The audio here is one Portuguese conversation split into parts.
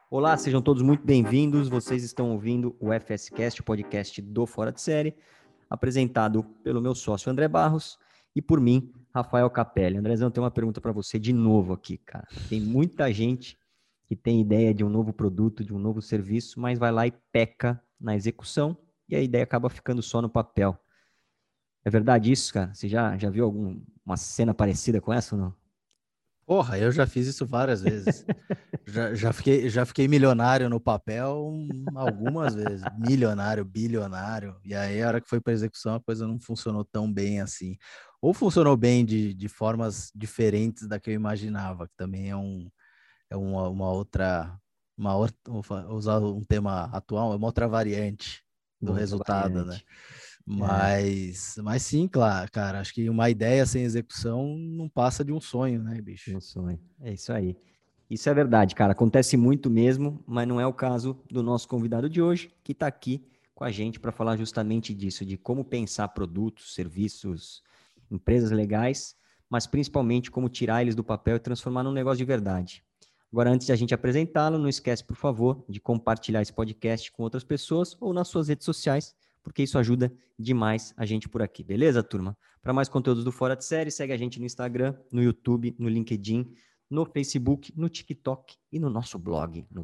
Olá, sejam todos muito bem-vindos. Vocês estão ouvindo o FSCast, o podcast do Fora de Série, apresentado pelo meu sócio André Barros e por mim, Rafael Capelli. Andrezão, tem uma pergunta para você de novo aqui, cara. Tem muita gente que tem ideia de um novo produto, de um novo serviço, mas vai lá e peca na execução e a ideia acaba ficando só no papel. É verdade isso, cara? Você já viu alguma cena parecida com essa ou não? Porra, eu já fiz isso várias vezes. Já fiquei milionário no papel algumas vezes. Milionário, bilionário. E aí, a hora que foi para execução, a coisa não funcionou tão bem assim. Ou funcionou bem de formas diferentes da que eu imaginava, que também é uma outra. Vou usar um tema atual, é uma outra variante do Outra resultado, né? variante. É. Mas sim, claro, cara, acho que uma ideia sem execução não passa de um sonho, né, bicho? Um sonho. É isso aí. Isso é verdade, cara. Acontece muito mesmo, mas não é o caso do nosso convidado de hoje, que está aqui com a gente para falar justamente disso, de como pensar produtos, serviços, empresas legais, mas principalmente como tirar eles do papel e transformar num negócio de verdade. Agora, antes de a gente apresentá-lo, não esquece, por favor, de compartilhar esse podcast com outras pessoas ou nas suas redes sociais, porque isso ajuda demais a gente por aqui. Beleza, turma? Para mais conteúdos do Fora de Série, segue a gente no Instagram, no YouTube, no LinkedIn, no Facebook, no TikTok e no nosso blog, no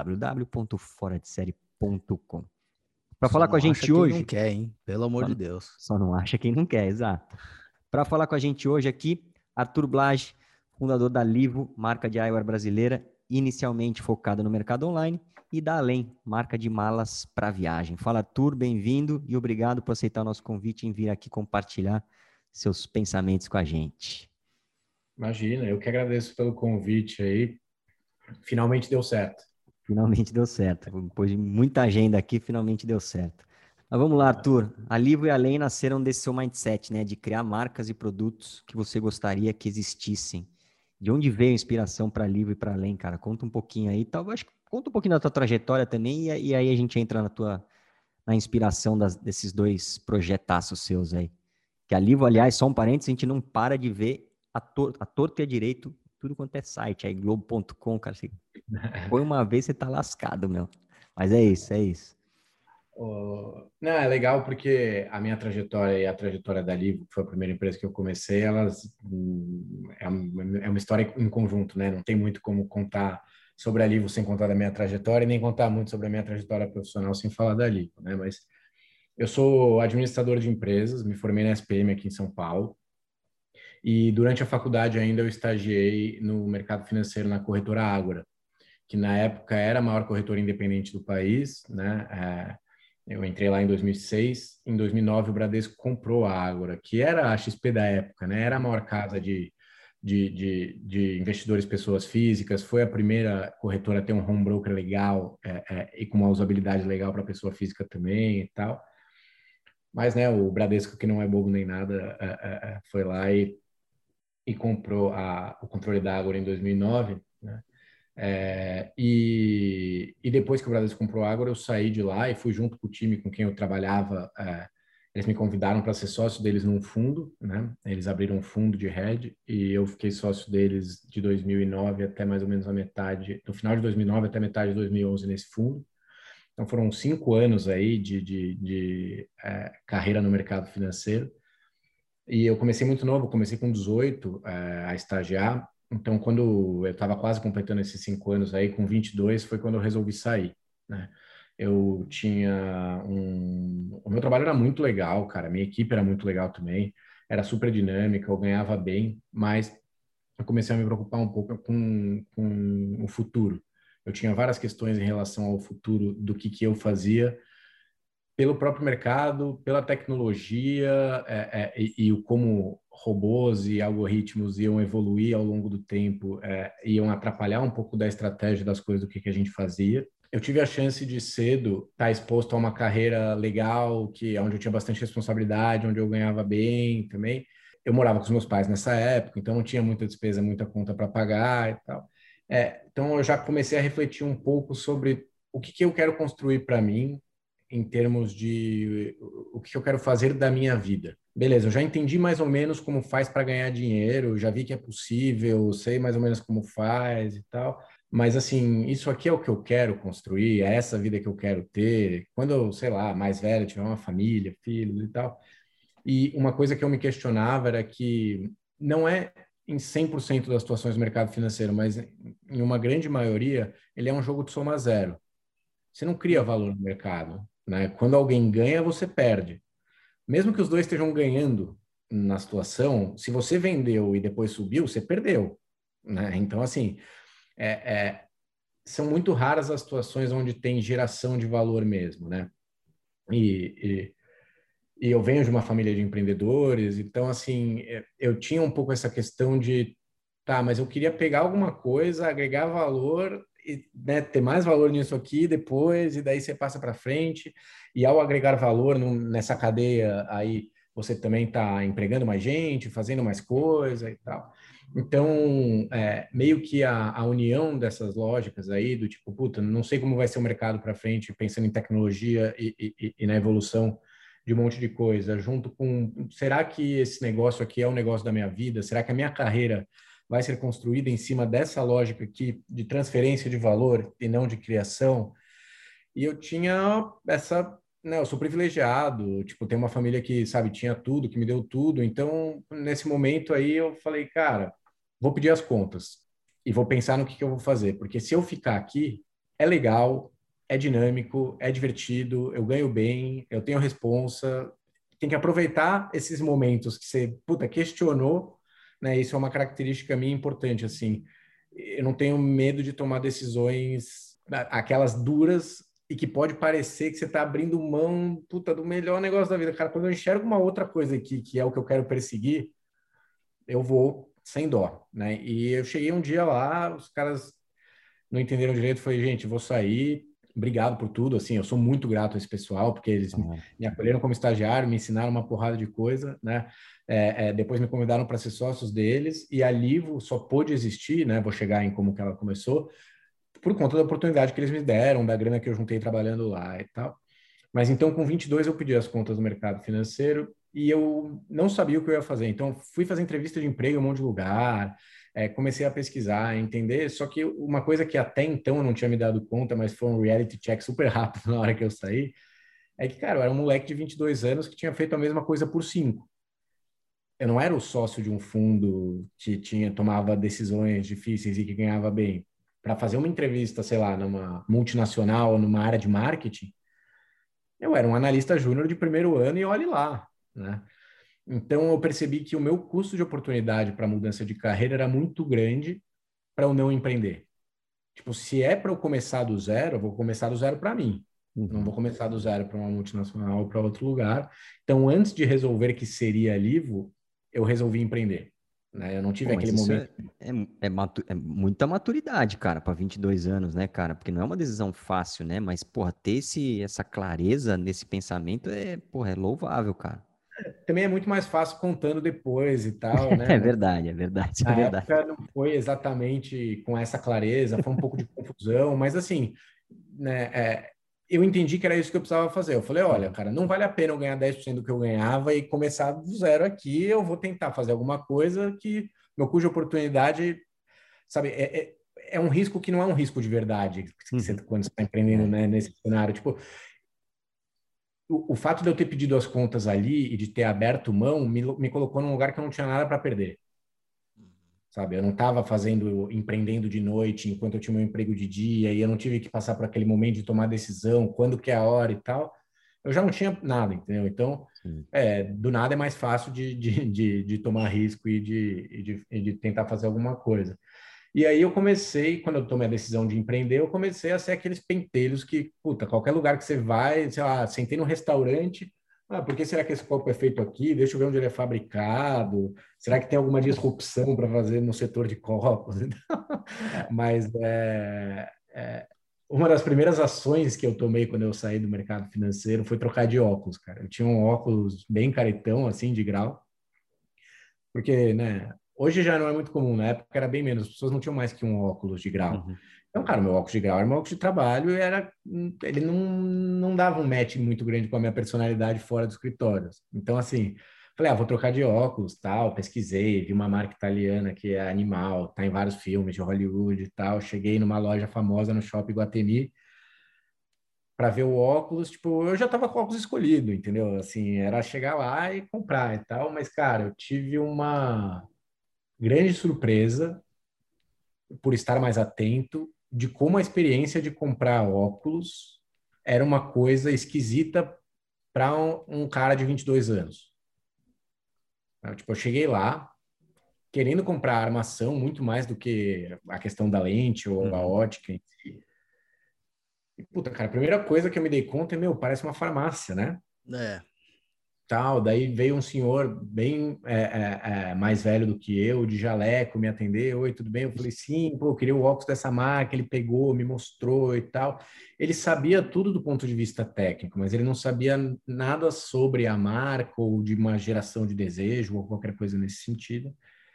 www.foradesérie.com. Para Só falar com a não acha gente quem não hoje, quer, hein? Pelo amor só, de Deus. só não acha quem não quer, exato. Para falar com a gente hoje aqui, Arthur Blage, fundador da Livo, marca de eyewear brasileira, inicialmente focada no mercado online, e da Além, marca de malas para viagem. Fala, Arthur, bem-vindo e obrigado por aceitar o nosso convite em vir aqui compartilhar seus pensamentos com a gente. Imagina, eu que agradeço pelo convite aí. Finalmente deu certo. Finalmente deu certo. Depois de muita agenda aqui, finalmente deu certo. Mas vamos lá, Arthur. A Livro e a Além nasceram desse seu mindset, né? De criar marcas e produtos que você gostaria que existissem. De onde veio a inspiração para Livro e para Além, cara? Conta um pouquinho aí. Talvez conta um pouquinho da tua trajetória também e aí a gente entra na inspiração desses dois projetaços seus aí. Que a Livro, aliás, só um parênteses, a gente não para de ver a torto e a direito, tudo quanto é site. Aí Globo.com, cara, você põe uma vez, você tá lascado, meu. Mas é isso, é isso. Não, é legal porque a minha trajetória e a trajetória da Livo, que foi a primeira empresa que eu comecei, é uma história em conjunto, né? Não tem muito como contar sobre a Livo sem contar da minha trajetória e nem contar muito sobre a minha trajetória profissional sem falar da Livo, né? Mas eu sou administrador de empresas, me formei na SPM aqui em São Paulo e durante a faculdade ainda eu estagiei no mercado financeiro na corretora Ágora, que na época era a maior corretora independente do país, né? Eu entrei lá em 2006, em 2009 o Bradesco comprou a Ágora, que era a XP da época, né? Era a maior casa de investidores pessoas físicas, foi a primeira corretora a ter um home broker legal e com uma usabilidade legal para pessoa física também e tal. Mas, né, o Bradesco, que não é bobo nem nada, foi lá e comprou o controle da Ágora em 2009, né? E depois que o Bradesco comprou a Ágora, eu saí de lá e fui junto com o time com quem eu trabalhava. Eles me convidaram para ser sócio deles num fundo, né? Eles abriram um fundo de hedge e eu fiquei sócio deles de 2009 até mais ou menos a metade, no final de 2009 até metade de 2011 nesse fundo. Então foram 5 anos aí de carreira no mercado financeiro. E eu comecei muito novo, comecei com 18 a estagiar. Então, quando eu estava quase completando esses 5 anos aí, com 22, foi quando eu resolvi sair, né? Eu tinha O meu trabalho era muito legal, cara. Minha equipe era muito legal também. Era super dinâmica, eu ganhava bem, mas eu comecei a me preocupar um pouco com o futuro. Eu tinha várias questões em relação ao futuro do que eu fazia pelo próprio mercado, pela tecnologia e o como robôs e algoritmos iam evoluir ao longo do tempo, iam atrapalhar um pouco da estratégia das coisas do que a gente fazia. Eu tive a chance de cedo estar exposto a uma carreira legal, onde eu tinha bastante responsabilidade, onde eu ganhava bem também. Eu morava com os meus pais nessa época, então não tinha muita despesa, muita conta para pagar e tal. Então eu já comecei a refletir um pouco sobre o que eu quero construir para mim em termos de o que eu quero fazer da minha vida. Beleza, eu já entendi mais ou menos como faz para ganhar dinheiro, já vi que é possível, sei mais ou menos como faz e tal, Mas, assim, isso aqui é o que eu quero construir, é essa vida que eu quero ter. Quando eu, sei lá, mais velho, tiver uma família, filhos e tal. E uma coisa que eu me questionava era que não é em 100% das situações do mercado financeiro, mas em uma grande maioria, ele é um jogo de soma zero. Você não cria valor no mercado, né? Quando alguém ganha, você perde. Mesmo que os dois estejam ganhando na situação, se você vendeu e depois subiu, você perdeu, né? Então, assim, é, é, são muito raras as situações onde tem geração de valor mesmo, né? E, e eu venho de uma família de empreendedores, então, assim, eu tinha um pouco essa questão de, tá, mas eu queria pegar alguma coisa, agregar valor e, né, ter mais valor nisso aqui depois, e daí você passa para frente, e ao agregar valor nessa cadeia, aí você também está empregando mais gente, fazendo mais coisa e tal. Então, meio que a união dessas lógicas aí, do tipo, puta, não sei como vai ser o mercado para frente, pensando em tecnologia e na evolução de um monte de coisa, junto com, será que esse negócio aqui é o negócio da minha vida? Será que a minha carreira vai ser construída em cima dessa lógica aqui de transferência de valor e não de criação? E eu tinha essa, né, eu sou privilegiado, tipo, tenho uma família que, sabe, tinha tudo, que me deu tudo. Então, nesse momento aí eu falei, cara, vou pedir as contas e vou pensar no que eu vou fazer, porque se eu ficar aqui, é legal, é dinâmico, é divertido, eu ganho bem, eu tenho responsa, tem que aproveitar esses momentos que você, puta, questionou, né? Isso é uma característica minha importante, assim. Eu não tenho medo de tomar decisões, aquelas duras e que pode parecer que você está abrindo mão, puta, do melhor negócio da vida. Cara, quando eu enxergo uma outra coisa aqui, que é o que eu quero perseguir, eu vou sem dó, né? E eu cheguei um dia lá, os caras não entenderam direito, falei, gente, vou sair, obrigado por tudo, assim, eu sou muito grato a esse pessoal, porque eles me acolheram como estagiário, me ensinaram uma porrada de coisa, né? Depois me convidaram para ser sócios deles, e a Livo só pôde existir, né? Vou chegar em como que ela começou, por conta da oportunidade que eles me deram, da grana que eu juntei trabalhando lá e tal. Mas então, com 22, eu pedi as contas do mercado financeiro e eu não sabia o que eu ia fazer. Então, fui fazer entrevista de emprego em um monte de lugar, comecei a pesquisar, entender. Só que uma coisa que até então eu não tinha me dado conta, mas foi um reality check super rápido na hora que eu saí, é que, cara, eu era um moleque de 22 anos que tinha feito a mesma coisa por 5. Eu não era o sócio de um fundo que tomava decisões difíceis e que ganhava bem. Para fazer uma entrevista, sei lá, numa multinacional, numa área de marketing, eu era um analista júnior de primeiro ano e olhe lá, né? Então eu percebi que o meu custo de oportunidade para mudança de carreira era muito grande para eu não empreender. Tipo, se é para eu começar do zero, eu vou começar do zero para mim. Não vou começar do zero para uma multinacional ou para outro lugar. Então, antes de resolver que seria Livo, eu resolvi empreender, né? Eu não tive Pô, mas aquele isso momento. é muita maturidade, cara, para 22 anos, né, cara? Porque não é uma decisão fácil, né? Mas, porra, ter essa clareza nesse pensamento porra, é louvável, cara. Também é muito mais fácil contando depois e tal, né? É verdade, é verdade, é Na verdade. época não foi exatamente com essa clareza, foi um pouco de confusão, mas assim, né, eu entendi que era isso que eu precisava fazer. Eu falei, olha, Uhum. cara, não vale a pena eu ganhar 10% do que eu ganhava e começar do zero aqui, eu vou tentar fazer alguma coisa que meu custo de oportunidade, sabe, é um risco que não é um risco de verdade, Uhum. quando você está empreendendo, É. né, nesse cenário. Tipo, o fato de eu ter pedido as contas ali e de ter aberto mão me colocou num lugar que eu não tinha nada para perder, sabe? Eu não estava empreendendo de noite enquanto eu tinha meu emprego de dia e eu não tive que passar por aquele momento de tomar decisão, quando que é a hora e tal. Eu já não tinha nada, entendeu? Então, Sim. do nada é mais fácil de tomar risco e de tentar fazer alguma coisa. E aí eu comecei, quando eu tomei a decisão de empreender, eu comecei a ser aqueles pentelhos que, puta, qualquer lugar que você vai, sei lá, sentei num restaurante, por que será que esse copo é feito aqui? Deixa eu ver onde ele é fabricado. Será que tem alguma disrupção para fazer no setor de copos? Mas uma das primeiras ações que eu tomei quando eu saí do mercado financeiro foi trocar de óculos, cara. Eu tinha um óculos bem caretão, assim, de grau, porque, né, hoje já não é muito comum, na época era bem menos, as pessoas não tinham mais que um óculos de grau. Uhum. Então, cara, meu óculos de grau era meu óculos de trabalho e ele não dava um match muito grande com a minha personalidade fora do escritório. Então, assim, Falei, vou trocar de óculos, tal. Pesquisei, vi uma marca italiana que é Animal, tá em vários filmes de Hollywood e tal. Cheguei numa loja famosa no Shopping Iguatemi para ver o óculos, tipo, eu já tava com o óculos escolhido, entendeu? Assim, era chegar lá e comprar e tal, mas, cara, eu tive uma grande surpresa por estar mais atento de como a experiência de comprar óculos era uma coisa esquisita para um cara de 22 anos. Tipo, eu cheguei lá querendo comprar armação muito mais do que a questão da lente ou a ótica em si. E, puta, cara, a primeira coisa que eu me dei conta é, parece uma farmácia, né? É. Tal, daí veio um senhor bem mais velho do que eu, de jaleco, me atender. Oi, tudo bem? Eu falei, sim, pô, eu queria o óculos dessa marca. Ele pegou, me mostrou e tal. Ele sabia tudo do ponto de vista técnico, mas ele não sabia nada sobre a marca ou de uma geração de desejo ou qualquer coisa nesse sentido.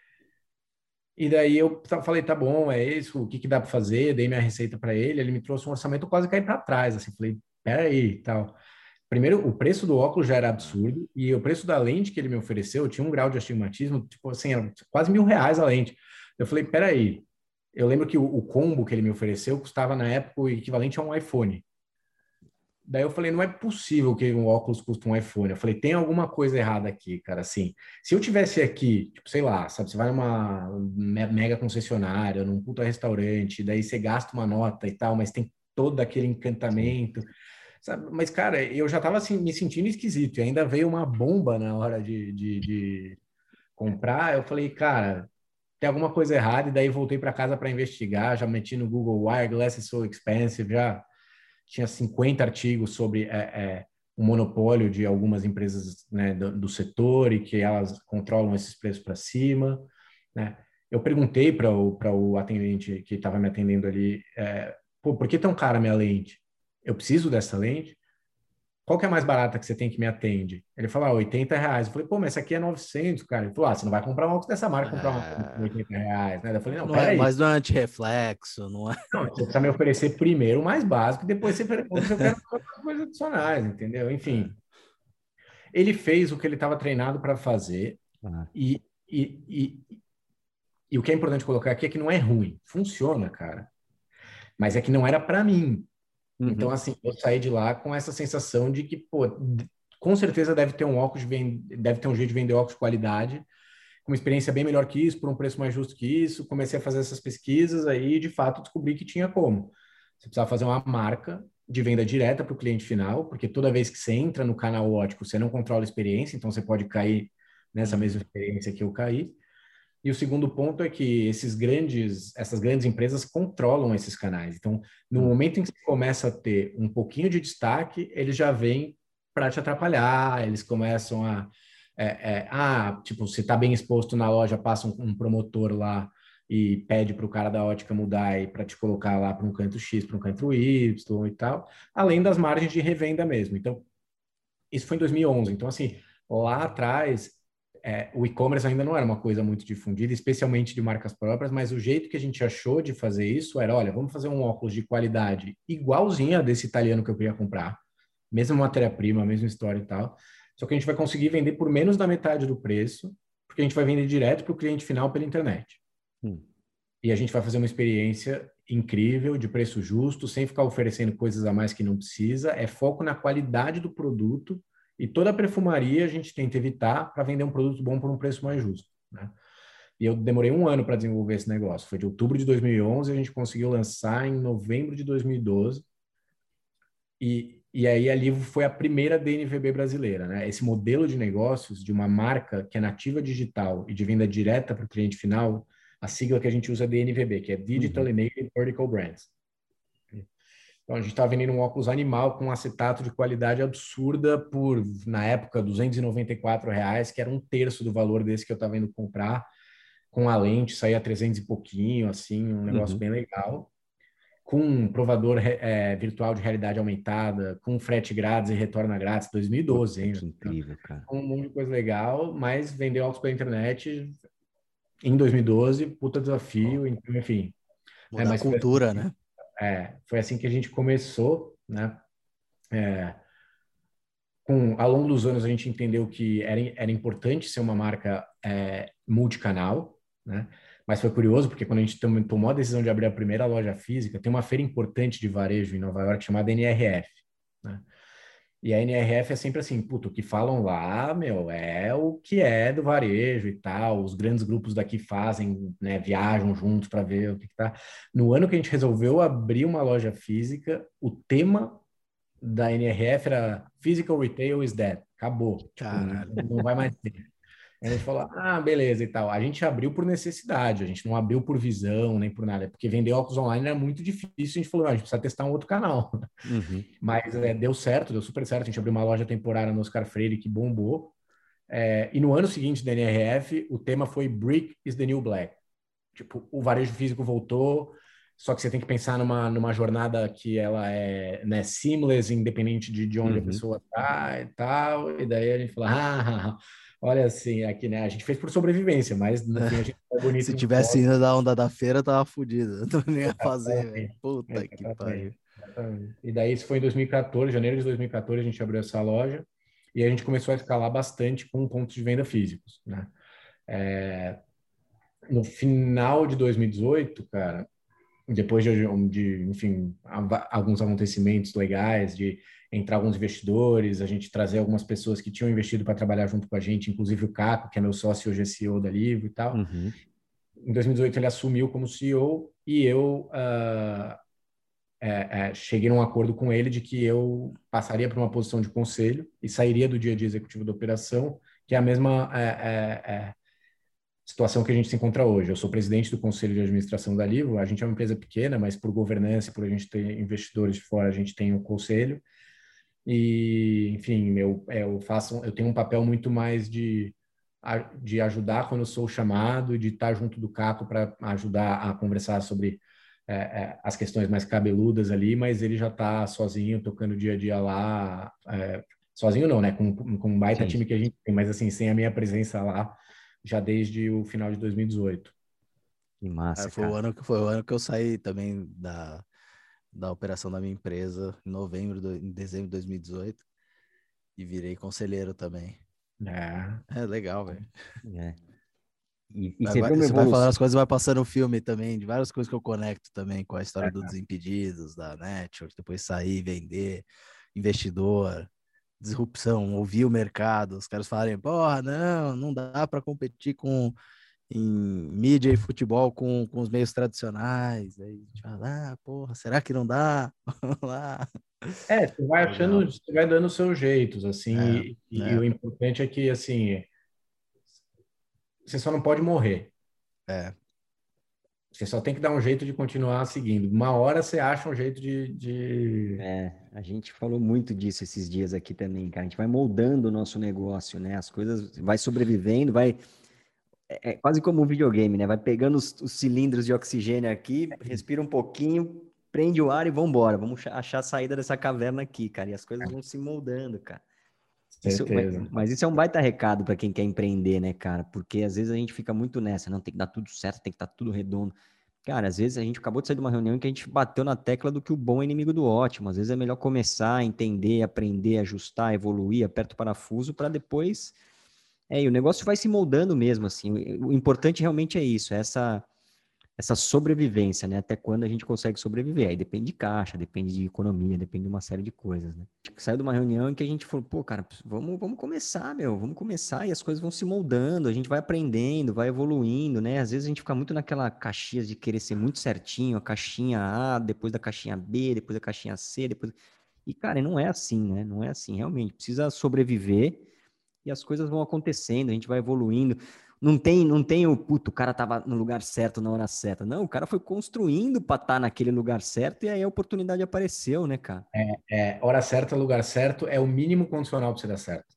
E daí eu falei, tá bom, é isso, o que que dá para fazer? Dei minha receita para ele me trouxe um orçamento, eu quase caí para trás, assim, falei, peraí, tal. Primeiro, o preço do óculos já era absurdo e o preço da lente que ele me ofereceu tinha um grau de astigmatismo, tipo assim, era quase R$ 1.000 a lente. Eu falei, peraí, eu lembro que o combo que ele me ofereceu custava na época o equivalente a um iPhone. Daí eu falei, não é possível que um óculos custe um iPhone. Eu falei, tem alguma coisa errada aqui, cara. Assim, se eu tivesse aqui, tipo, sei lá, sabe, você vai numa mega concessionária, num puta restaurante, daí você gasta uma nota e tal, mas tem todo aquele encantamento, sabe? Mas, cara, eu já tava assim, me sentindo esquisito. E ainda veio uma bomba na hora de comprar. Eu falei, cara, tem alguma coisa errada. E daí voltei para casa para investigar. Já meti no Google Wire, Glasses So Expensive, já tinha 50 artigos sobre o monopólio de algumas empresas, né, do setor e que elas controlam esses preços para cima, né? Eu perguntei para o atendente que estava me atendendo ali, pô, por que tão cara a minha lente? Eu preciso dessa lente? Qual que é a mais barata que você tem que me atende? Ele falou, R$ 80. Eu falei, pô, mas essa aqui é 900, cara. Ele falou, você não vai comprar um óculos dessa marca, comprar um óculos por R$ 80, né? Eu falei, não, Não é, peraí. mas não é antirreflexo, não é? Não, você precisa me oferecer primeiro o mais básico, e depois você pergunta se eu quero coisas adicionais, entendeu? É. Enfim, ele fez o que ele estava treinado para fazer, Ah, e, e, e, e o que é importante colocar aqui é que não é ruim, funciona, cara, mas é que não era para mim. Então, uhum. assim, eu saí de lá com essa sensação de que, pô, com certeza deve ter um óculos deve ter um jeito de vender óculos de qualidade, com uma experiência bem melhor que isso, por um preço mais justo que isso. Comecei a fazer essas pesquisas aí, e de fato, descobri que tinha como. Você precisava fazer uma marca de venda direta para o cliente final, porque toda vez que você entra no canal ótico, você não controla a experiência, então você pode cair nessa mesma experiência que eu caí. E o segundo ponto é que essas grandes empresas controlam esses canais. Então, no momento em que você começa a ter um pouquinho de destaque, eles já vêm para te atrapalhar, eles começam tipo, você está bem exposto na loja, passa um promotor lá e pede para o cara da ótica mudar e para te colocar lá para um canto X, para um canto Y e tal, além das margens de revenda mesmo. Então, isso foi em 2011. Então, assim, lá atrás, o e-commerce ainda não era uma coisa muito difundida, especialmente de marcas próprias, mas o jeito que a gente achou de fazer isso era, olha, vamos fazer um óculos de qualidade igualzinha desse italiano que eu queria comprar, mesma matéria-prima, mesma história e tal, só que a gente vai conseguir vender por menos da metade do preço, porque a gente vai vender direto para o cliente final pela internet. Hum. E a gente vai fazer uma experiência incrível, de preço justo, sem ficar oferecendo coisas a mais que não precisa. É foco na qualidade do produto e toda a perfumaria a gente tenta evitar para vender um produto bom por um preço mais justo, né? E eu demorei um ano para desenvolver esse negócio. Foi de outubro de 2011, a gente conseguiu lançar em novembro de 2012. E aí a Livo foi a primeira DNVB brasileira, né? Esse modelo de negócios de uma marca que é nativa digital e de venda direta para o cliente final, a sigla que a gente usa é DNVB, que é Digital Uhum. Native Vertical Brands. Então a gente estava vendendo um óculos animal com acetato de qualidade absurda por, na época, R$ 294, que era um terço do valor desse que eu estava indo comprar, com a lente, saía 300 e pouquinho, assim, um negócio Uhum. bem legal com um provador virtual de realidade aumentada, com frete grátis e retorno grátis, 2012 Puta, ainda. que incrível, cara. Um monte de coisa legal, mas vendeu óculos pela internet em 2012, puta desafio, então, enfim. Mudar a Mas foi assim, cultura, né? foi assim que a gente começou, né? É, ao longo dos anos, a gente entendeu que era importante ser uma marca multicanal, né? Mas foi curioso, porque quando a gente tomou a decisão de abrir a primeira loja física, tem uma feira importante de varejo em Nova York chamada NRF, né? E a NRF é sempre assim, puto, o que falam lá, meu, é o que é do varejo e tal. Os grandes grupos daqui fazem, né, viajam juntos para ver o que tá. No ano que a gente resolveu abrir uma loja física, o tema da NRF era Physical Retail is dead. Acabou. Tipo, Caralho. não vai mais ter. Aí a gente falou, beleza e tal. A gente abriu por necessidade, a gente não abriu por visão nem por nada, porque vender óculos online era muito difícil. A gente falou, a gente precisa testar um outro canal. Uhum. Mas deu certo, deu super certo. A gente abriu uma loja temporária no Oscar Freire que bombou. E no ano seguinte da NRF, o tema foi Brick is the New Black. Tipo, o varejo físico voltou, só que você tem que pensar numa jornada que ela é, né, seamless, independente de onde a pessoa tá e tal. E daí a gente falou, olha assim, aqui, né? A gente fez por sobrevivência, mas no fim a gente foi bonito Se em tivesse foto. indo da onda da feira, tava fudido. Não ia fazer, velho. Exatamente, Puta que pariu. exatamente. E daí isso foi em 2014, janeiro de 2014, a gente abriu essa loja e a gente começou a escalar bastante com pontos de venda físicos, né? No final de 2018, cara, depois enfim, alguns acontecimentos legais, de entrar alguns investidores, a gente trazer algumas pessoas que tinham investido para trabalhar junto com a gente, inclusive o Caco, que é meu sócio, hoje é CEO da Livro e tal. Uhum. Em 2018 ele assumiu como CEO e eu cheguei num acordo com ele de que eu passaria para uma posição de conselho e sairia do dia a dia executivo da operação, que é a mesma situação que a gente se encontra hoje. Eu sou presidente do conselho de administração da Livro. A gente é uma empresa pequena, mas por governança, por a gente ter investidores de fora, a gente tem o conselho. E, enfim, eu tenho um papel muito mais de ajudar quando eu sou chamado, de estar junto do Caco para ajudar a conversar sobre as questões mais cabeludas ali, mas ele já está sozinho, tocando o dia a dia lá, sozinho não, né? Com um baita Sim. time que a gente tem, mas assim, sem a minha presença lá, já desde o final de 2018. Que massa, Foi cara. foi o ano que eu saí também da operação da minha empresa, em dezembro de 2018, e virei conselheiro também. É legal, velho. É. E você vê uma Você vai falando evolução. as coisas, vai passando o filme também, de várias coisas que eu conecto também com a história do Desimpedidos, da Network, depois sair, vender, investidor, disrupção, ouvir o mercado, os caras falarem, porra, não dá para competir em mídia e futebol com os meios tradicionais. Aí a gente fala, porra, será que não dá? Vamos lá. Você vai achando, Legal. você vai dando os seus jeitos, assim, É, e o importante é que, assim, você só não pode morrer. é. Você só tem que dar um jeito de continuar seguindo. Uma hora você acha um jeito A gente falou muito disso esses dias aqui também, cara. A gente vai moldando o nosso negócio, né? As coisas vai sobrevivendo, vai. É quase como um videogame, né? Vai pegando os cilindros de oxigênio aqui, respira um pouquinho, prende o ar e vambora. Vamos achar a saída dessa caverna aqui, cara. E as coisas vão se moldando, cara. Isso, mas, Certeza. mas isso é um baita recado para quem quer empreender, né, cara? Porque às vezes a gente fica muito nessa, não tem que dar tudo certo, tem que estar tudo redondo. Cara, às vezes a gente acabou de sair de uma reunião em que a gente bateu na tecla do que o bom é inimigo do ótimo. Às vezes é melhor começar, entender, aprender, ajustar, evoluir, aperta o parafuso para depois. E o negócio vai se moldando mesmo, assim. O importante realmente é isso, é essa sobrevivência, né? Até quando a gente consegue sobreviver. Aí depende de caixa, depende de economia, depende de uma série de coisas, né? Saiu de uma reunião em que a gente falou, pô, cara, vamos começar, meu, vamos começar e as coisas vão se moldando, a gente vai aprendendo, vai evoluindo, né? Às vezes a gente fica muito naquela caixinha de querer ser muito certinho, a caixinha A, depois da caixinha B, depois da caixinha C, depois... E, cara, não é assim, né? Não é assim, realmente. Precisa sobreviver e as coisas vão acontecendo, a gente vai evoluindo. Não tem o cara tava no lugar certo na hora certa. Não, o cara foi construindo para estar naquele lugar certo e aí a oportunidade apareceu, né, cara? Hora certa, lugar certo é o mínimo condicional para você dar certo.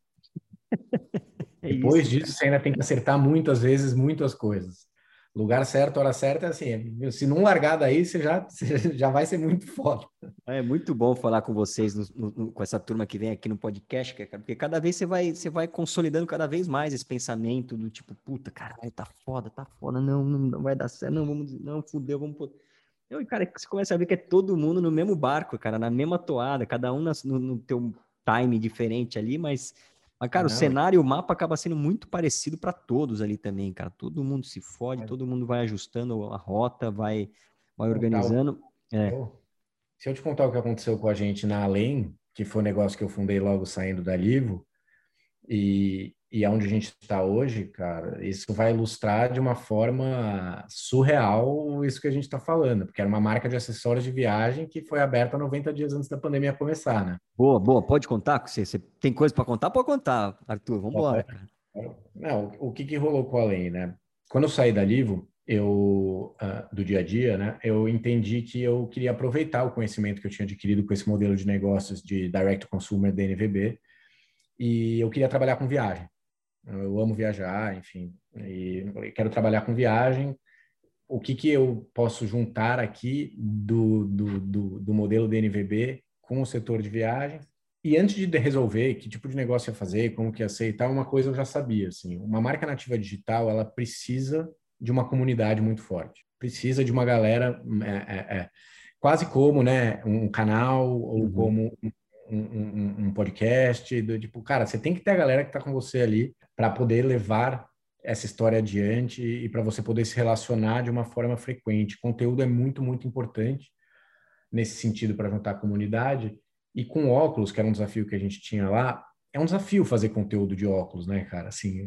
É Depois isso, disso, cara. você ainda tem que acertar muitas vezes, muitas coisas. Lugar certo, hora certa, é assim, se não largar daí, você já vai ser muito foda. É muito bom falar com vocês, com essa turma que vem aqui no podcast, cara, porque cada vez você vai consolidando cada vez mais esse pensamento do tipo, puta, caralho, tá foda, não vai dar certo, não, fudeu, vamos pôr. E, cara, você começa a ver que é todo mundo no mesmo barco, cara, na mesma toada, cada um no teu time diferente ali, mas cara, o Não, cenário e o mapa acaba sendo muito parecido para todos ali também, cara. Todo mundo se fode, mas todo mundo vai ajustando a rota, vai contar o que organizando. É. aconteceu. Se eu te contar o que aconteceu com a gente na Além, que foi um negócio que eu fundei logo saindo da Livo, e aonde a gente está hoje, cara, isso vai ilustrar de uma forma surreal isso que a gente está falando, porque era uma marca de acessórios de viagem que foi aberta 90 dias antes da pandemia começar, né? Boa, boa. Pode contar? Você tem coisa para contar? Pode contar, Arthur. Vambora, cara. Não, o que que rolou com a Além, né? Quando eu saí da Livo, do dia a dia, né, eu entendi que eu queria aproveitar o conhecimento que eu tinha adquirido com esse modelo de negócios de direct to consumer da NVB, e eu queria trabalhar com viagem. Eu amo viajar, enfim, e eu quero trabalhar com viagem. O que que eu posso juntar aqui do modelo da NVB com o setor de viagem? E antes de resolver que tipo de negócio ia fazer, como que ia ser e tal, uma coisa eu já sabia, assim, uma marca nativa digital, ela precisa de uma comunidade muito forte. Precisa de uma galera, quase como, né, um canal ou Uhum. como um podcast, tipo, cara, você tem que ter a galera que está com você ali para poder levar essa história adiante e para você poder se relacionar de uma forma frequente. Conteúdo é muito, muito importante nesse sentido para juntar a comunidade. E com óculos, que era um desafio que a gente tinha lá, é um desafio fazer conteúdo de óculos, né, cara? Assim,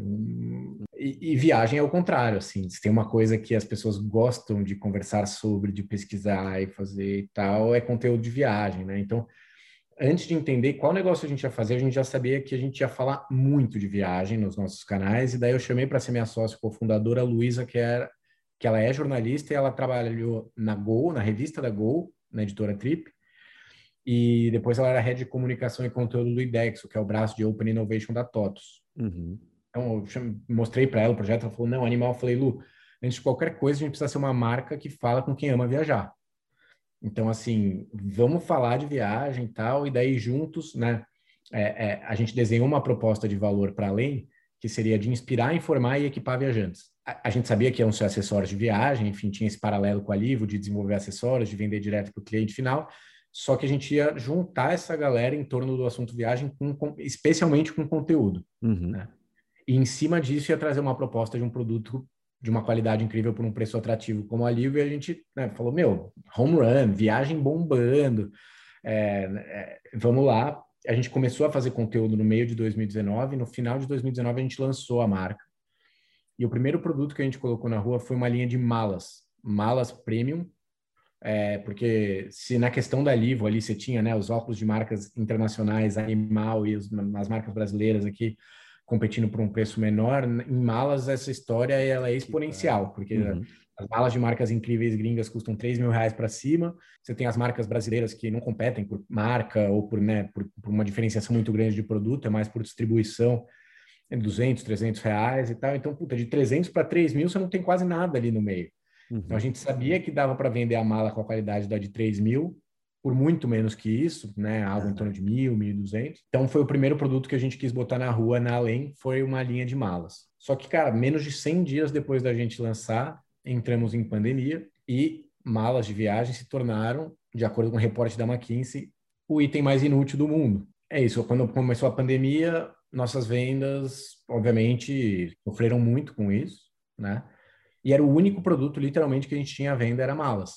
e viagem é o contrário, assim, se tem uma coisa que as pessoas gostam de conversar sobre, de pesquisar e fazer e tal, é conteúdo de viagem, né? Então, antes de entender qual negócio a gente ia fazer, a gente já sabia que a gente ia falar muito de viagem nos nossos canais, e daí eu chamei para ser minha sócia cofundadora, a Luísa, que ela é jornalista e ela trabalhou na Gol, na revista da Gol, na editora Trip, e depois ela era head de comunicação e conteúdo do IDEXO, que é o braço de Open Innovation da TOTUS. Uhum. Então, mostrei para ela o projeto, ela falou, não, animal. Eu falei, Lu, antes de qualquer coisa, a gente precisa ser uma marca que fala com quem ama viajar. Então, assim, vamos falar de viagem e tal, e daí juntos, né, a gente desenhou uma proposta de valor para além, que seria de inspirar, informar e equipar viajantes. A gente sabia que iam ser acessórios de viagem, enfim, tinha esse paralelo com a Livo, de desenvolver acessórios, de vender direto para o cliente final, só que a gente ia juntar essa galera em torno do assunto viagem, especialmente com conteúdo, Uhum. né? E em cima disso ia trazer uma proposta de um produto de uma qualidade incrível por um preço atrativo como a Livre, e a gente, né, falou, meu, home run, viagem bombando, vamos lá. A gente começou a fazer conteúdo no meio de 2019, no final de 2019 a gente lançou a marca, e o primeiro produto que a gente colocou na rua foi uma linha de malas premium, porque se na questão da Livo ali você tinha, né, os óculos de marcas internacionais, Animal e as marcas brasileiras aqui competindo por um preço menor, em malas essa história ela é exponencial, porque Uhum. as malas de marcas incríveis gringas custam R$ 3.000 para cima, você tem as marcas brasileiras que não competem por marca ou por, né, por uma diferenciação muito grande de produto, é mais por distribuição, é R$ 200, R$ 300 e tal, então, puta, de 300 para 3.000 você não tem quase nada ali no meio. Então, a Uhum. gente sabia que dava para vender a mala com a qualidade da de 3.000, por muito menos que isso, né? Algo em torno de 1.000, 1.200. Então, foi o primeiro produto que a gente quis botar na rua, na Além, foi uma linha de malas. Só que, cara, menos de 100 dias depois da gente lançar, entramos em pandemia e malas de viagem se tornaram, de acordo com o reporte da McKinsey, o item mais inútil do mundo. É isso, quando começou a pandemia, nossas vendas, obviamente, sofreram muito com isso, né? E era o único produto, literalmente, que a gente tinha à venda, era malas.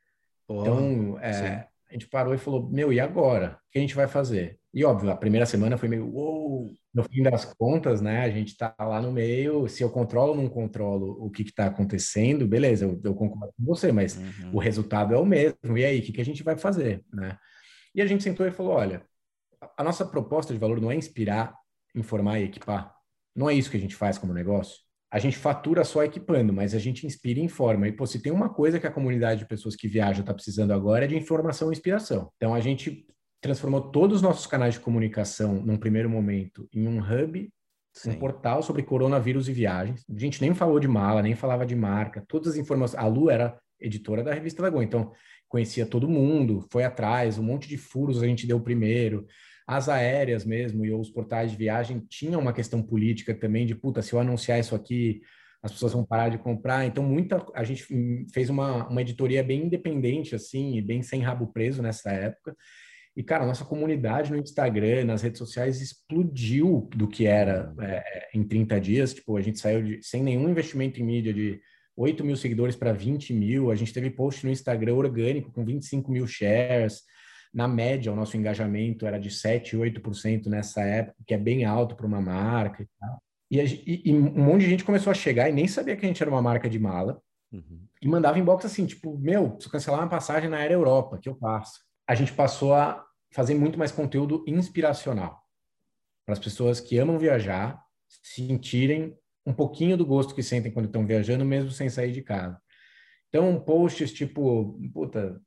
Porra, Então, sim. a gente parou e falou, meu, e agora? O que a gente vai fazer? E óbvio, a primeira semana foi meio, uou! No fim das contas, né, a gente tá lá no meio, se eu controlo ou não controlo o que está acontecendo, beleza, eu concordo com você, mas o Uhum. resultado é o mesmo. E aí, o que a gente vai fazer, né? E a gente sentou e falou, olha, a nossa proposta de valor não é inspirar, informar e equipar. Não é isso que a gente faz como negócio. A gente fatura só equipando, mas a gente inspira e informa. E, pô, se tem uma coisa que a comunidade de pessoas que viajam está precisando agora é de informação e inspiração. Então, a gente transformou todos os nossos canais de comunicação, num primeiro momento, em um hub, um Sim. portal sobre coronavírus e viagens. A gente nem falou de mala, nem falava de marca. Todas as informações... A Lu era editora da revista Lagoa, então conhecia todo mundo, foi atrás, um monte de furos a gente deu primeiro. As aéreas mesmo e os portais de viagem tinham uma questão política também de, puta, se eu anunciar isso aqui, as pessoas vão parar de comprar. Então, a gente fez uma editoria bem independente, assim, e bem sem rabo preso nessa época. E, cara, a nossa comunidade no Instagram, nas redes sociais, explodiu do que era em 30 dias. Tipo, a gente saiu sem nenhum investimento em mídia de 8 mil seguidores para 20 mil. A gente teve post no Instagram orgânico com 25 mil shares. Na média, o nosso engajamento era de 7, 8% nessa época, que é bem alto para uma marca e tal. E um monte de gente começou a chegar e nem sabia que a gente era uma marca de mala. E mandava inbox assim, tipo, meu, preciso cancelar uma passagem na Air Europa, que eu passo. A gente passou a fazer muito mais conteúdo inspiracional para as pessoas que amam viajar sentirem um pouquinho do gosto que sentem quando estão viajando, mesmo sem sair de casa. Então, posts tipo, puta,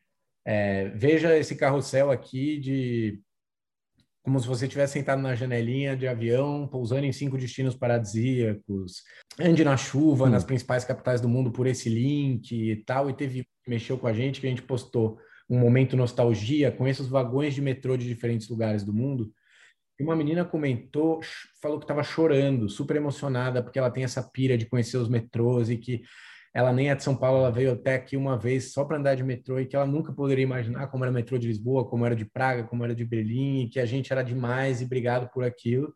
veja esse carrossel aqui de como se você estivesse sentado na janelinha de avião, pousando em 5 destinos paradisíacos, ande na chuva nas principais capitais do mundo por esse link e tal, e teve que mexeu com a gente, que a gente postou um momento nostalgia com esses vagões de metrô de diferentes lugares do mundo. E uma menina comentou, falou que estava chorando, super emocionada, porque ela tem essa pira de conhecer os metrôs e que ela nem é de São Paulo, ela veio até aqui uma vez só para andar de metrô e que ela nunca poderia imaginar como era o metrô de Lisboa, como era de Praga, como era de Berlim, e que a gente era demais e obrigado por aquilo.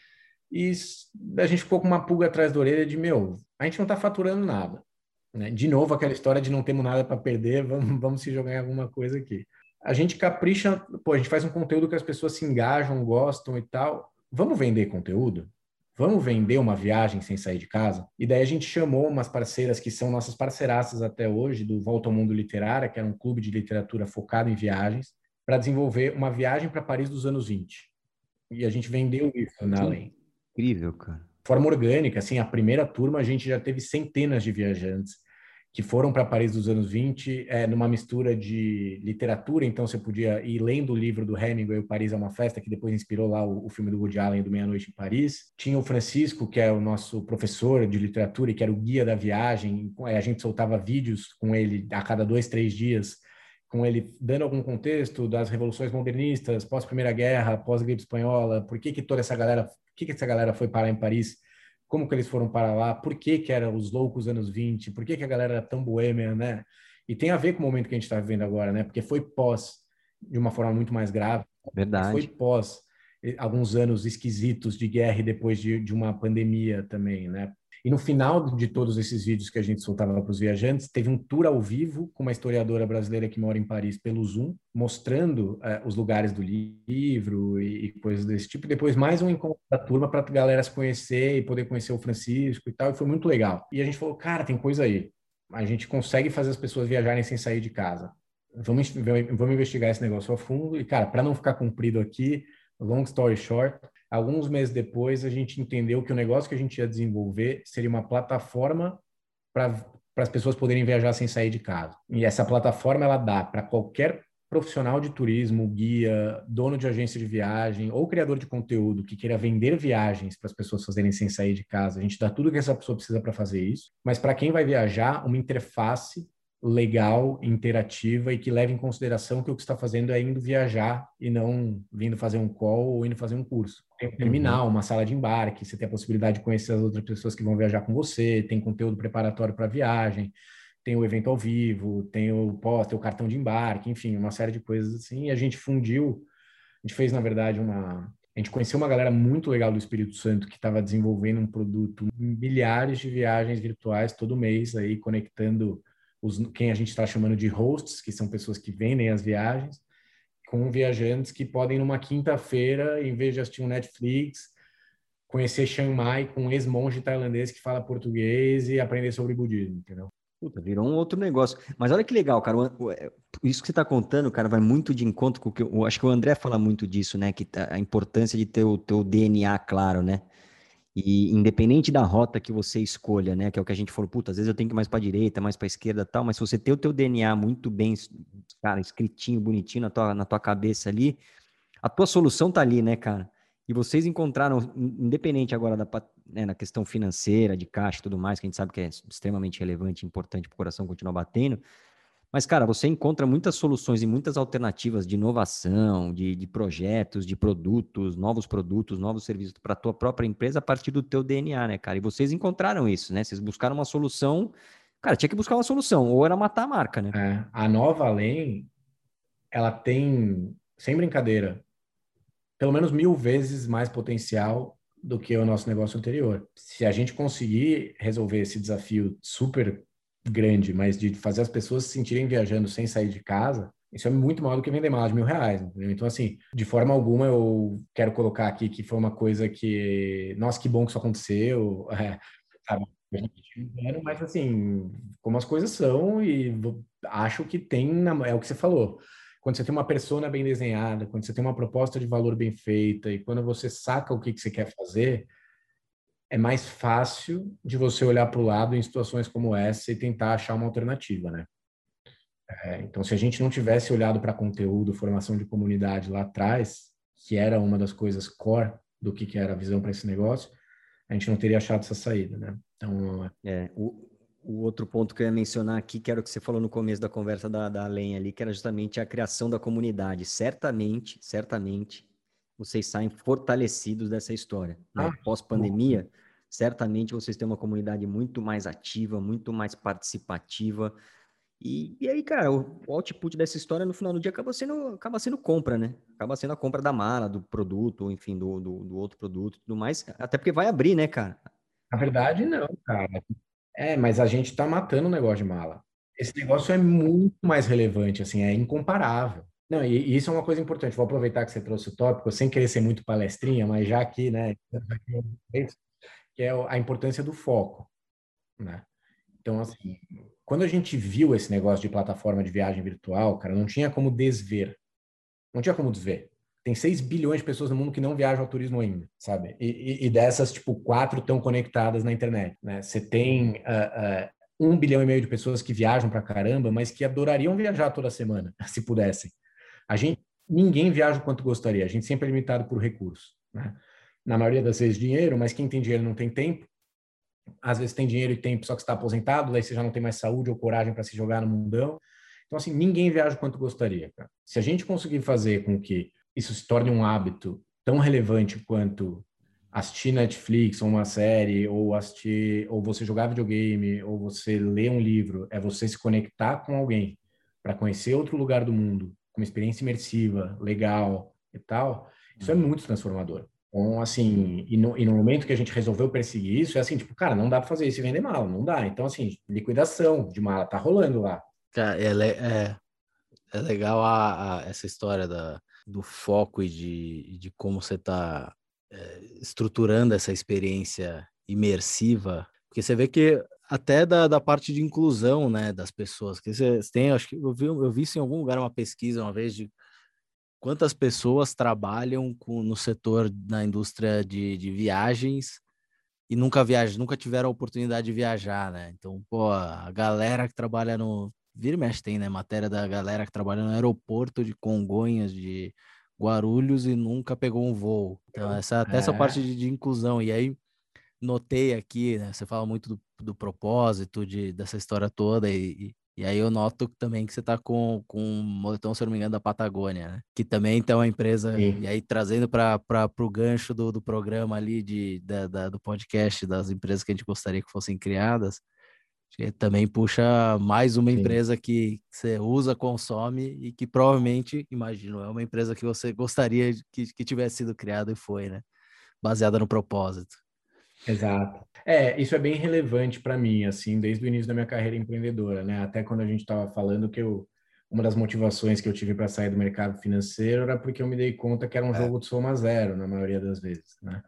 E a gente ficou com uma pulga atrás da orelha de, meu, a gente não está faturando nada, né? De novo, aquela história de não temos nada para perder, vamos se jogar em alguma coisa aqui. A gente capricha, pô, a gente faz um conteúdo que as pessoas se engajam, gostam e tal. Vamos vender conteúdo? Vamos vender uma viagem sem sair de casa? E daí a gente chamou umas parceiras que são nossas parceiraças até hoje, do Volta ao Mundo Literária, que era um clube de literatura focado em viagens, para desenvolver uma viagem para Paris dos anos 20. E a gente vendeu isso na Além. Incrível, cara. De forma orgânica, assim, a primeira turma a gente já teve centenas de viajantes que foram para Paris dos anos 20, numa mistura de literatura, então você podia ir lendo o livro do Hemingway, O Paris é uma Festa, que depois inspirou lá o filme do Woody Allen, do Meia-Noite em Paris. Tinha o Francisco, que é o nosso professor de literatura e que era o guia da viagem. A gente soltava vídeos com ele a cada 2, 3 dias, com ele dando algum contexto das revoluções modernistas, pós-Primeira Guerra, pós-Gripe Espanhola, por que toda essa galera, por que essa galera foi parar em Paris, como que eles foram para lá, por que eram os loucos anos 20, por que a galera era tão boêmia, né? E tem a ver com o momento que a gente está vivendo agora, né? Porque foi pós, de uma forma muito mais grave, Verdade. foi pós alguns anos esquisitos de guerra e depois de uma pandemia também, né? E no final de todos esses vídeos que a gente soltava para os viajantes, teve um tour ao vivo com uma historiadora brasileira que mora em Paris pelo Zoom, mostrando os lugares do livro e coisas desse tipo. E depois mais um encontro da turma para a galera se conhecer e poder conhecer o Francisco e tal. E foi muito legal. E a gente falou, cara, tem coisa aí. A gente consegue fazer as pessoas viajarem sem sair de casa. Vamos investigar esse negócio a fundo. E, cara, para não ficar comprido aqui, long story short, alguns meses depois, a gente entendeu que o negócio que a gente ia desenvolver seria uma plataforma para as pessoas poderem viajar sem sair de casa. E essa plataforma, ela dá para qualquer profissional de turismo, guia, dono de agência de viagem ou criador de conteúdo que queira vender viagens para as pessoas fazerem sem sair de casa. A gente dá tudo que essa pessoa precisa para fazer isso. Mas para quem vai viajar, uma interface legal, interativa e que leve em consideração que o que está fazendo é indo viajar e não vindo fazer um call ou indo fazer um curso. Tem um terminal, uma sala de embarque, você tem a possibilidade de conhecer as outras pessoas que vão viajar com você, tem conteúdo preparatório para a viagem, tem o evento ao vivo, tem o pós, tem o cartão de embarque, enfim, uma série de coisas assim. E a gente fundiu, a gente fez, na verdade, a gente conheceu uma galera muito legal do Espírito Santo que estava desenvolvendo um produto, milhares de viagens virtuais todo mês, aí conectando quem a gente está chamando de hosts, que são pessoas que vendem as viagens, com viajantes que podem, numa quinta-feira, em vez de assistir um Netflix, conhecer Chiang Mai com um ex-monge tailandês que fala português e aprender sobre budismo, entendeu? Puta, virou um outro negócio. Mas olha que legal, cara. Isso que você está contando, cara, vai muito de encontro com o que eu acho que o André fala muito disso, né? Que a importância de ter o teu DNA claro, né? E independente da rota que você escolha, né? Que é o que a gente falou, puta, às vezes eu tenho que ir mais para direita, mais para esquerda, tal. Mas se você ter o teu DNA muito bem, cara, escritinho, bonitinho na tua cabeça ali, a tua solução tá ali, né, cara? E vocês encontraram, independente agora né, na questão financeira, de caixa e tudo mais, que a gente sabe que é extremamente relevante e importante para o coração continuar batendo, mas, cara, você encontra muitas soluções e muitas alternativas de inovação, de projetos, de produtos, novos serviços para a tua própria empresa a partir do teu DNA, né, cara? E vocês encontraram isso, né? Vocês buscaram uma solução, cara, tinha que buscar uma solução, ou era matar a marca, né? A Nova Além, ela tem sem brincadeira, pelo menos 1000 vezes mais potencial do que o nosso negócio anterior. Se a gente conseguir resolver esse desafio super grande, mas de fazer as pessoas se sentirem viajando sem sair de casa, isso é muito maior do que vender mala de R$ 1.000, entendeu? Então, assim, de forma alguma eu quero colocar aqui que foi uma coisa que, nossa, que bom que isso aconteceu, sabe? Mas assim, como as coisas são, e acho que é o que você falou. Quando você tem uma persona bem desenhada, quando você tem uma proposta de valor bem feita, e quando você saca o que você quer fazer, é mais fácil de você olhar para o lado em situações como essa e tentar achar uma alternativa, né? Então, se a gente não tivesse olhado para conteúdo, formação de comunidade lá atrás, que era uma das coisas core do que era a visão para esse negócio, a gente não teria achado essa saída, né? Então, o outro ponto que eu ia mencionar aqui, que era o que você falou no começo da conversa da Alen ali, que era justamente a criação da comunidade. Certamente, vocês saem fortalecidos dessa história, né? Pós-pandemia, certamente vocês têm uma comunidade muito mais ativa, muito mais participativa. E aí, cara, o output dessa história no final do dia acaba sendo compra, né? Acaba sendo a compra da mala, do produto, ou enfim, do outro produto e tudo mais. Até porque vai abrir, né, cara? na verdade, não, cara. Mas a gente está matando o negócio de mala. Esse negócio é muito mais relevante, assim, é incomparável. Não, e isso é uma coisa importante. Vou aproveitar que você trouxe o tópico, sem querer ser muito palestrinha, mas já aqui, né, que é a importância do foco, né? Então, assim, quando a gente viu esse negócio de plataforma de viagem virtual, cara, não tinha como desver. Não tinha como desver. Tem 6 bilhões de pessoas no mundo que não viajam ao turismo ainda, sabe? E dessas, tipo, 4 estão conectadas na internet, né? Você tem 1,5 bilhão de pessoas que viajam pra caramba, mas que adorariam viajar toda semana, se pudessem. Ninguém viaja o quanto gostaria. A gente sempre é limitado por recursos, né? Na maioria das vezes dinheiro, mas quem tem dinheiro não tem tempo. Às vezes tem dinheiro e tempo, só que está aposentado, daí você já não tem mais saúde ou coragem para se jogar no mundão. Então, assim, ninguém viaja o quanto gostaria, cara. Se a gente conseguir fazer com que isso se torne um hábito tão relevante quanto assistir Netflix ou uma série, ou você jogar videogame, ou você ler um livro, é você se conectar com alguém para conhecer outro lugar do mundo, com uma experiência imersiva, legal e tal, isso é muito transformador. Então, assim, e no momento que a gente resolveu perseguir isso, é assim, tipo, cara, não dá para fazer isso e vender mala, não dá. Então, assim, liquidação de mala tá rolando lá. Cara, é legal essa história do foco e de como você está estruturando essa experiência imersiva, porque você vê que até da parte de inclusão, né, das pessoas, que você tem, acho que eu vi isso em algum lugar, uma pesquisa uma vez de quantas pessoas trabalham no setor da indústria de viagens e nunca tiveram a oportunidade de viajar, né? Então, pô, a galera que trabalha Vira e mexe tem, né? Matéria da galera que trabalha no aeroporto de Congonhas, de Guarulhos e nunca pegou um voo. Então, até essa parte de inclusão. E aí, notei aqui, né? Você fala muito do propósito, dessa história toda e aí eu noto também que você está com um moletom, se eu não me engano, da Patagônia, né? Que também tem uma empresa, Sim. e aí trazendo para o gancho do programa ali, do podcast, das empresas que a gente gostaria que fossem criadas, acho que também puxa mais uma Sim. empresa que você usa, consome e que provavelmente, imagino, é uma empresa que você gostaria que tivesse sido criada e foi, né? Baseada no propósito. Exato. Isso é bem relevante para mim, assim, desde o início da minha carreira empreendedora, né? Até quando a gente estava falando que uma das motivações que eu tive para sair do mercado financeiro era porque eu me dei conta que era um jogo de soma zero, na maioria das vezes, né?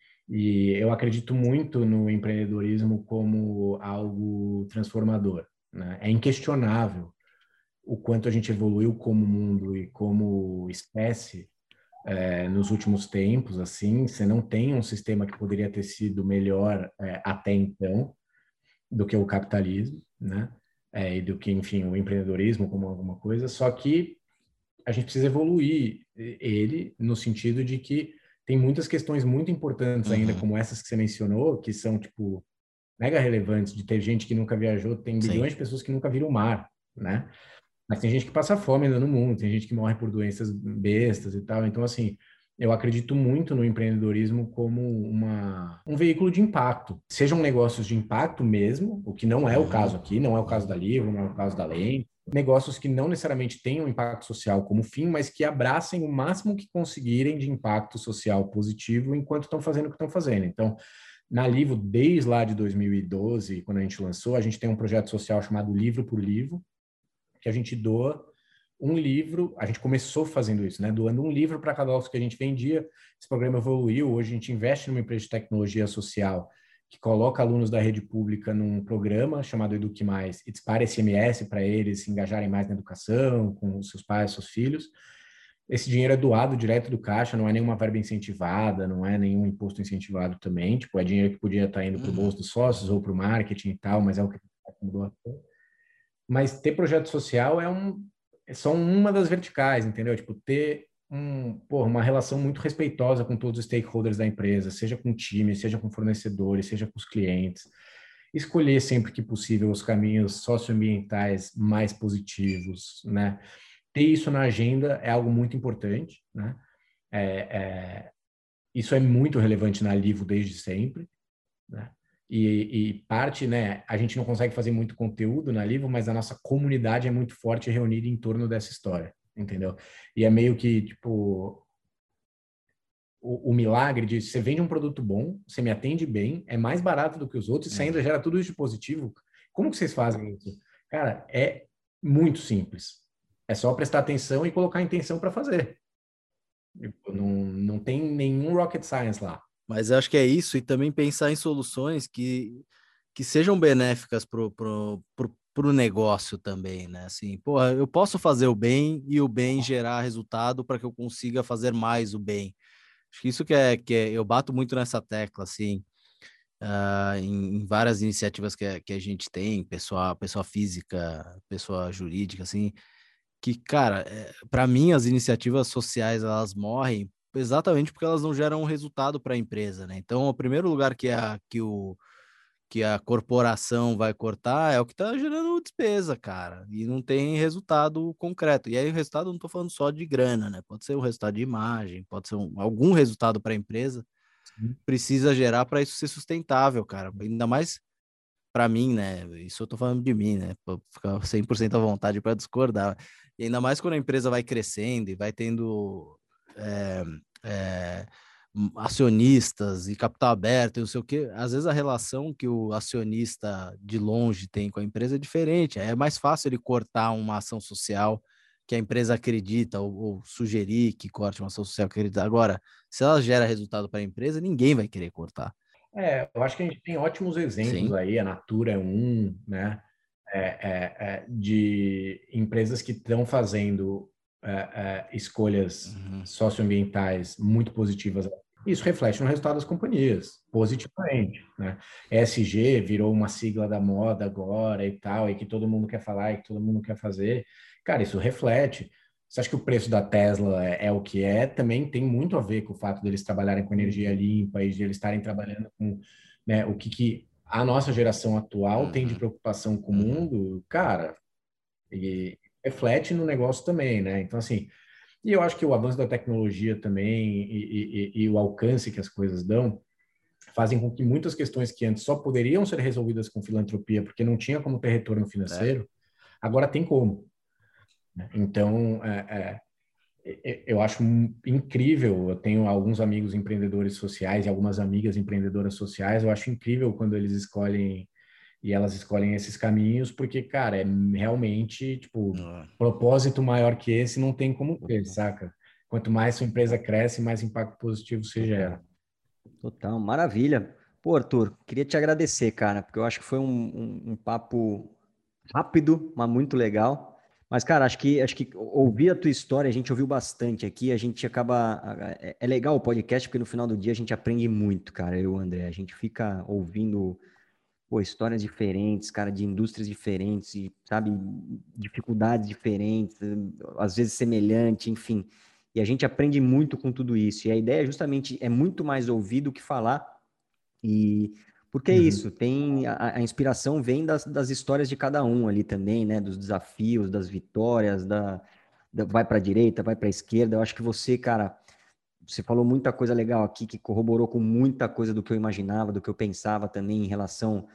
E eu acredito muito no empreendedorismo como algo transformador, né? É inquestionável o quanto a gente evoluiu como mundo e como espécie nos últimos tempos, assim, você não tem um sistema que poderia ter sido melhor até então do que o capitalismo, né? E do que, enfim, o empreendedorismo como alguma coisa, só que a gente precisa evoluir ele no sentido de que tem muitas questões muito importantes ainda, como essas que você mencionou, que são, tipo, mega relevantes, de ter gente que nunca viajou, tem bilhões Sim. de pessoas que nunca viram o mar, né? Mas tem gente que passa fome ainda no mundo, tem gente que morre por doenças bestas e tal. Então, assim, eu acredito muito no empreendedorismo como um veículo de impacto. Sejam negócios de impacto mesmo, o que não é o caso aqui, não é o caso da Livro, não é o caso da Lem, negócios que não necessariamente tenham impacto social como fim, mas que abracem o máximo que conseguirem de impacto social positivo enquanto estão fazendo o que estão fazendo. Então, na Livro, desde lá de 2012, quando a gente lançou, a gente tem um projeto social chamado Livro por Livro, que a gente doa um livro, a gente começou fazendo isso, né? Doando um livro para cada office que a gente vendia. Esse programa evoluiu, hoje a gente investe numa empresa de tecnologia social que coloca alunos da rede pública num programa chamado Eduque Mais e dispara SMS para eles se engajarem mais na educação, com os seus pais, seus filhos. Esse dinheiro é doado direto do caixa, não é nenhuma verba incentivada, não é nenhum imposto incentivado também, tipo, é dinheiro que podia estar indo para o bolso dos sócios ou para o marketing e tal, mas é o que mudou. Mas ter projeto social é só uma das verticais, entendeu? Tipo, ter uma relação muito respeitosa com todos os stakeholders da empresa, seja com o time, seja com fornecedores, seja com os clientes. Escolher sempre que possível os caminhos socioambientais mais positivos, né? Ter isso na agenda é algo muito importante, né? Isso é muito relevante na Livo desde sempre, né? E parte, né? A gente não consegue fazer muito conteúdo na Livo, mas a nossa comunidade é muito forte reunida em torno dessa história, entendeu? E é meio que, tipo, o milagre de você vende um produto bom, você me atende bem, é mais barato do que os outros, e você ainda gera tudo isso de positivo. Como que vocês fazem isso? Cara, é muito simples. É só prestar atenção e colocar a intenção para fazer. Não tem nenhum rocket science lá. Mas eu acho que é isso, e também pensar em soluções que sejam benéficas pro negócio também, né? Assim, porra, eu posso fazer o bem e o bem gerar resultado para que eu consiga fazer mais o bem. Acho que isso eu bato muito nessa tecla, assim, em várias iniciativas que a gente tem, pessoa física, pessoa jurídica, assim, que, cara, para mim as iniciativas sociais elas morrem exatamente porque elas não geram um resultado para a empresa, né? Então, o primeiro lugar que a corporação vai cortar é o que está gerando despesa, cara, e não tem resultado concreto. E aí o resultado não estou falando só de grana, né? Pode ser um resultado de imagem, pode ser algum resultado para a empresa, precisa gerar para isso ser sustentável, cara. Ainda mais para mim, né? Isso eu tô falando de mim, né? Pra ficar 100% à vontade para discordar. E ainda mais quando a empresa vai crescendo e vai tendo é, é, acionistas e capital aberto e não sei o quê. Às vezes a relação que o acionista de longe tem com a empresa é diferente. É mais fácil ele cortar uma ação social que a empresa acredita ou sugerir que corte uma ação social que acredita. Agora, se ela gera resultado para a empresa, ninguém vai querer cortar. Eu acho que a gente tem ótimos exemplos Sim. aí, a Natura é um, né? De empresas que estão fazendo escolhas socioambientais muito positivas. Isso reflete no resultado das companhias, positivamente, né? ESG virou uma sigla da moda agora e tal, e que todo mundo quer falar e que todo mundo quer fazer. Cara, isso reflete. Você acha que o preço da Tesla é o que é? Também tem muito a ver com o fato deles trabalharem com energia limpa e de eles estarem trabalhando com, né, o que a nossa geração atual tem de preocupação com o mundo, cara, e reflete no negócio também, né? Então, assim, e eu acho que o avanço da tecnologia também e o alcance que as coisas dão fazem com que muitas questões que antes só poderiam ser resolvidas com filantropia, porque não tinha como ter retorno financeiro, agora tem como, né? Então, eu acho incrível. Eu tenho alguns amigos empreendedores sociais e algumas amigas empreendedoras sociais. Eu acho incrível quando eles escolhem e elas escolhem esses caminhos, porque, cara, é realmente, tipo, propósito maior que esse não tem como ter, saca? Quanto mais sua empresa cresce, mais impacto positivo você gera. Total, maravilha. Pô, Arthur, queria te agradecer, cara, porque eu acho que foi um papo rápido, mas muito legal. Mas, cara, acho que ouvir a tua história, a gente ouviu bastante aqui, a gente acaba. É legal o podcast, porque no final do dia a gente aprende muito, cara, eu e o André. A gente fica ouvindo, pô, histórias diferentes, cara, de indústrias diferentes, e, sabe, dificuldades diferentes, às vezes semelhante, enfim. E a gente aprende muito com tudo isso. E a ideia justamente é muito mais ouvir do que falar. E porque é isso, Uhum. tem a inspiração vem das histórias de cada um ali também, né? Dos desafios, das vitórias, vai para a direita, vai para a esquerda. Eu acho que você, cara, você falou muita coisa legal aqui que corroborou com muita coisa do que eu imaginava, do que eu pensava também em relação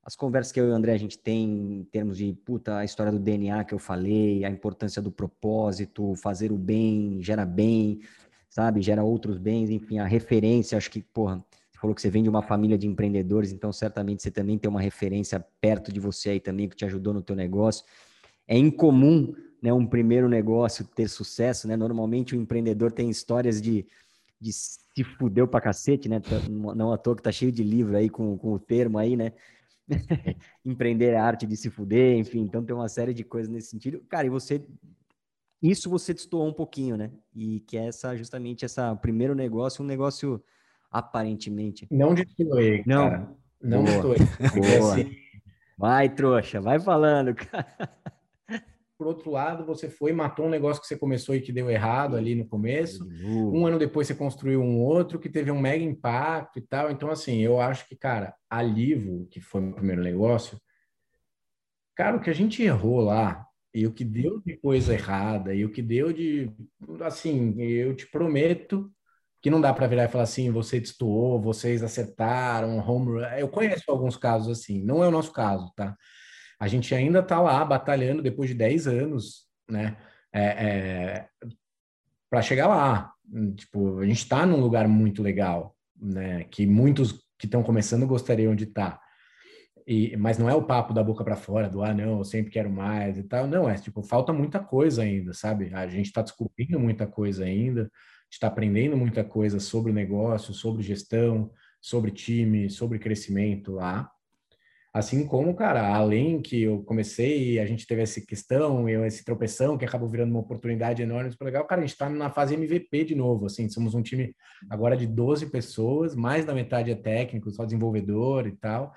as conversas que eu e o André a gente tem em termos de, a história do DNA que eu falei, a importância do propósito, fazer o bem, gera bem, sabe? Gera outros bens, enfim, a referência, acho que, você falou que você vem de uma família de empreendedores, então certamente você também tem uma referência perto de você aí também que te ajudou no teu negócio. É incomum, né, um primeiro negócio ter sucesso, né? Normalmente o empreendedor tem histórias de se fudeu pra cacete, né? Não à toa que tá cheio de livro aí com o termo aí, né? Empreender é a arte de se fuder, enfim, então tem uma série de coisas nesse sentido. Cara, e isso você destoou um pouquinho, né? E que é justamente esse primeiro negócio, um negócio aparentemente. Não destoei, cara. Não. Não Boa, destoei. Porque boa. assim, Vai, trouxa, vai falando, cara. por outro lado, você foi e matou um negócio que você começou e que deu errado ali no começo. De novo. Um ano depois você construiu um outro que teve um mega impacto e tal. Então, assim, eu acho que, cara, a Livo, que foi o meu primeiro negócio, cara, o que a gente errou lá e o que deu de coisa errada e o que deu de, assim, eu te prometo que não dá para virar e falar assim, você destoou, vocês acertaram, home run. Eu conheço alguns casos assim, não é o nosso caso, tá? A gente ainda está lá batalhando depois de 10 anos, né? Para chegar lá. Tipo, a gente está num lugar muito legal, né? Que muitos que estão começando gostariam de estar. Mas não é o papo da boca para fora, do não, eu sempre quero mais e tal. Não, tipo, falta muita coisa ainda, sabe? A gente está descobrindo muita coisa ainda, a gente está aprendendo muita coisa sobre o negócio, sobre gestão, sobre time, sobre crescimento lá. Assim como, cara, além que eu comecei, a gente teve essa questão, esse tropeção que acabou virando uma oportunidade enorme, super legal. Cara, a gente está na fase MVP de novo, assim, somos um time agora de 12 pessoas, mais da metade é técnico, só desenvolvedor e tal.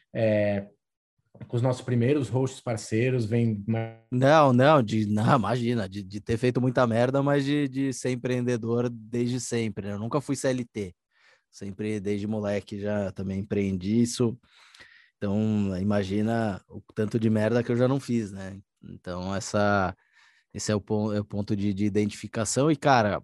Com os nossos primeiros hosts parceiros, vem... Não, imagina, de ter feito muita merda, mas de ser empreendedor desde sempre, né? Eu nunca fui CLT, sempre desde moleque já também empreendi isso. Então, imagina o tanto de merda que eu já não fiz, né? Então, esse é o ponto de identificação. E, cara,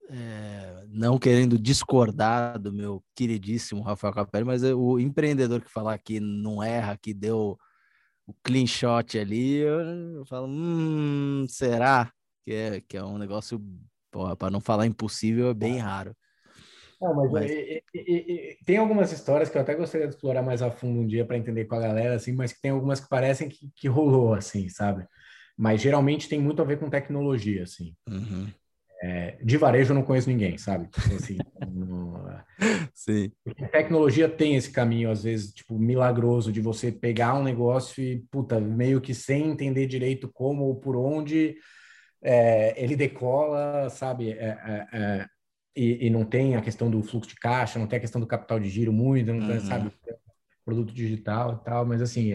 não querendo discordar do meu queridíssimo Rafael Capelli, mas o empreendedor que falar que não erra, que deu o clean shot ali, eu falo, será? Que é um negócio, para não falar impossível, é bem raro. Não, mas Mas... tem algumas histórias que eu até gostaria de explorar mais a fundo um dia para entender com a galera, assim, mas que tem algumas que parecem que rolou, assim, sabe? Mas geralmente tem muito a ver com tecnologia, assim. Uhum. De varejo eu não conheço ninguém, sabe? Tipo assim, Sim. Porque a tecnologia tem esse caminho, às vezes, tipo, milagroso de você pegar um negócio e, puta, meio que sem entender direito como ou por onde ele decola, sabe? E não tem a questão do fluxo de caixa, não tem a questão do capital de giro muito, não tem, sabe? Produto digital e tal, mas assim,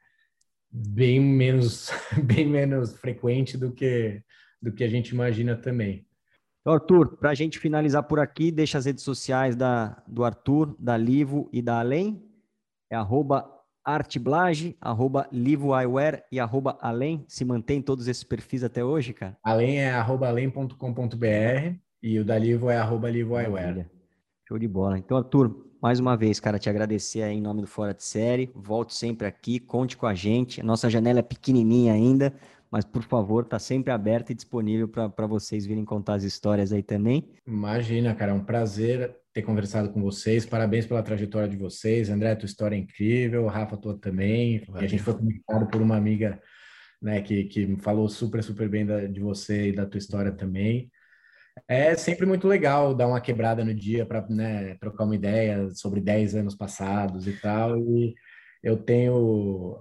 bem menos, bem menos frequente do que a gente imagina também. Então, Arthur, para a gente finalizar por aqui, deixa as redes sociais do Arthur, da Livo e da Além. É @artblage, @livoeyewear e @além. Se mantém todos esses perfis até hoje, cara? Além é @além.com.br e o da Livo é @livoeyewear. Show de bola. Então, Arthur, mais uma vez, cara, te agradecer aí em nome do Fora de Série. Volte sempre aqui, conte com a gente. A nossa janela é pequenininha ainda, mas, por favor, tá sempre aberta e disponível para vocês virem contar as histórias aí também. Imagina, cara, é um prazer ter conversado com vocês. Parabéns pela trajetória de vocês. André, tua história é incrível. Rafa, tua também. Valeu. E a gente foi comunicado por uma amiga, né, que falou super, super bem de você e da tua história também. É sempre muito legal dar uma quebrada no dia para, né, trocar uma ideia sobre 10 anos passados e tal. E eu tenho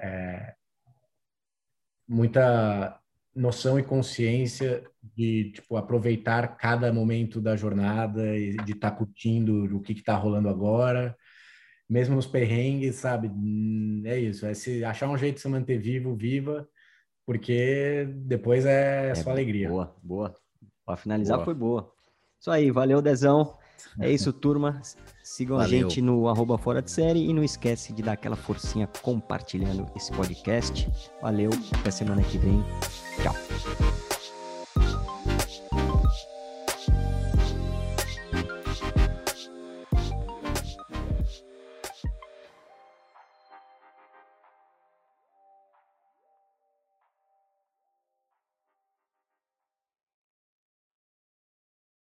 muita noção e consciência de, tipo, aproveitar cada momento da jornada e de estar curtindo o que está rolando agora, mesmo nos perrengues, sabe? É isso, é se achar um jeito de se manter viva, porque depois é só alegria. Boa, boa. Para finalizar, Boa. foi boa. Isso aí, valeu, Dezão. É isso, turma. Sigam a gente no @Fora de Série e não esquece de dar aquela forcinha compartilhando esse podcast. Valeu, até semana que vem. Tchau.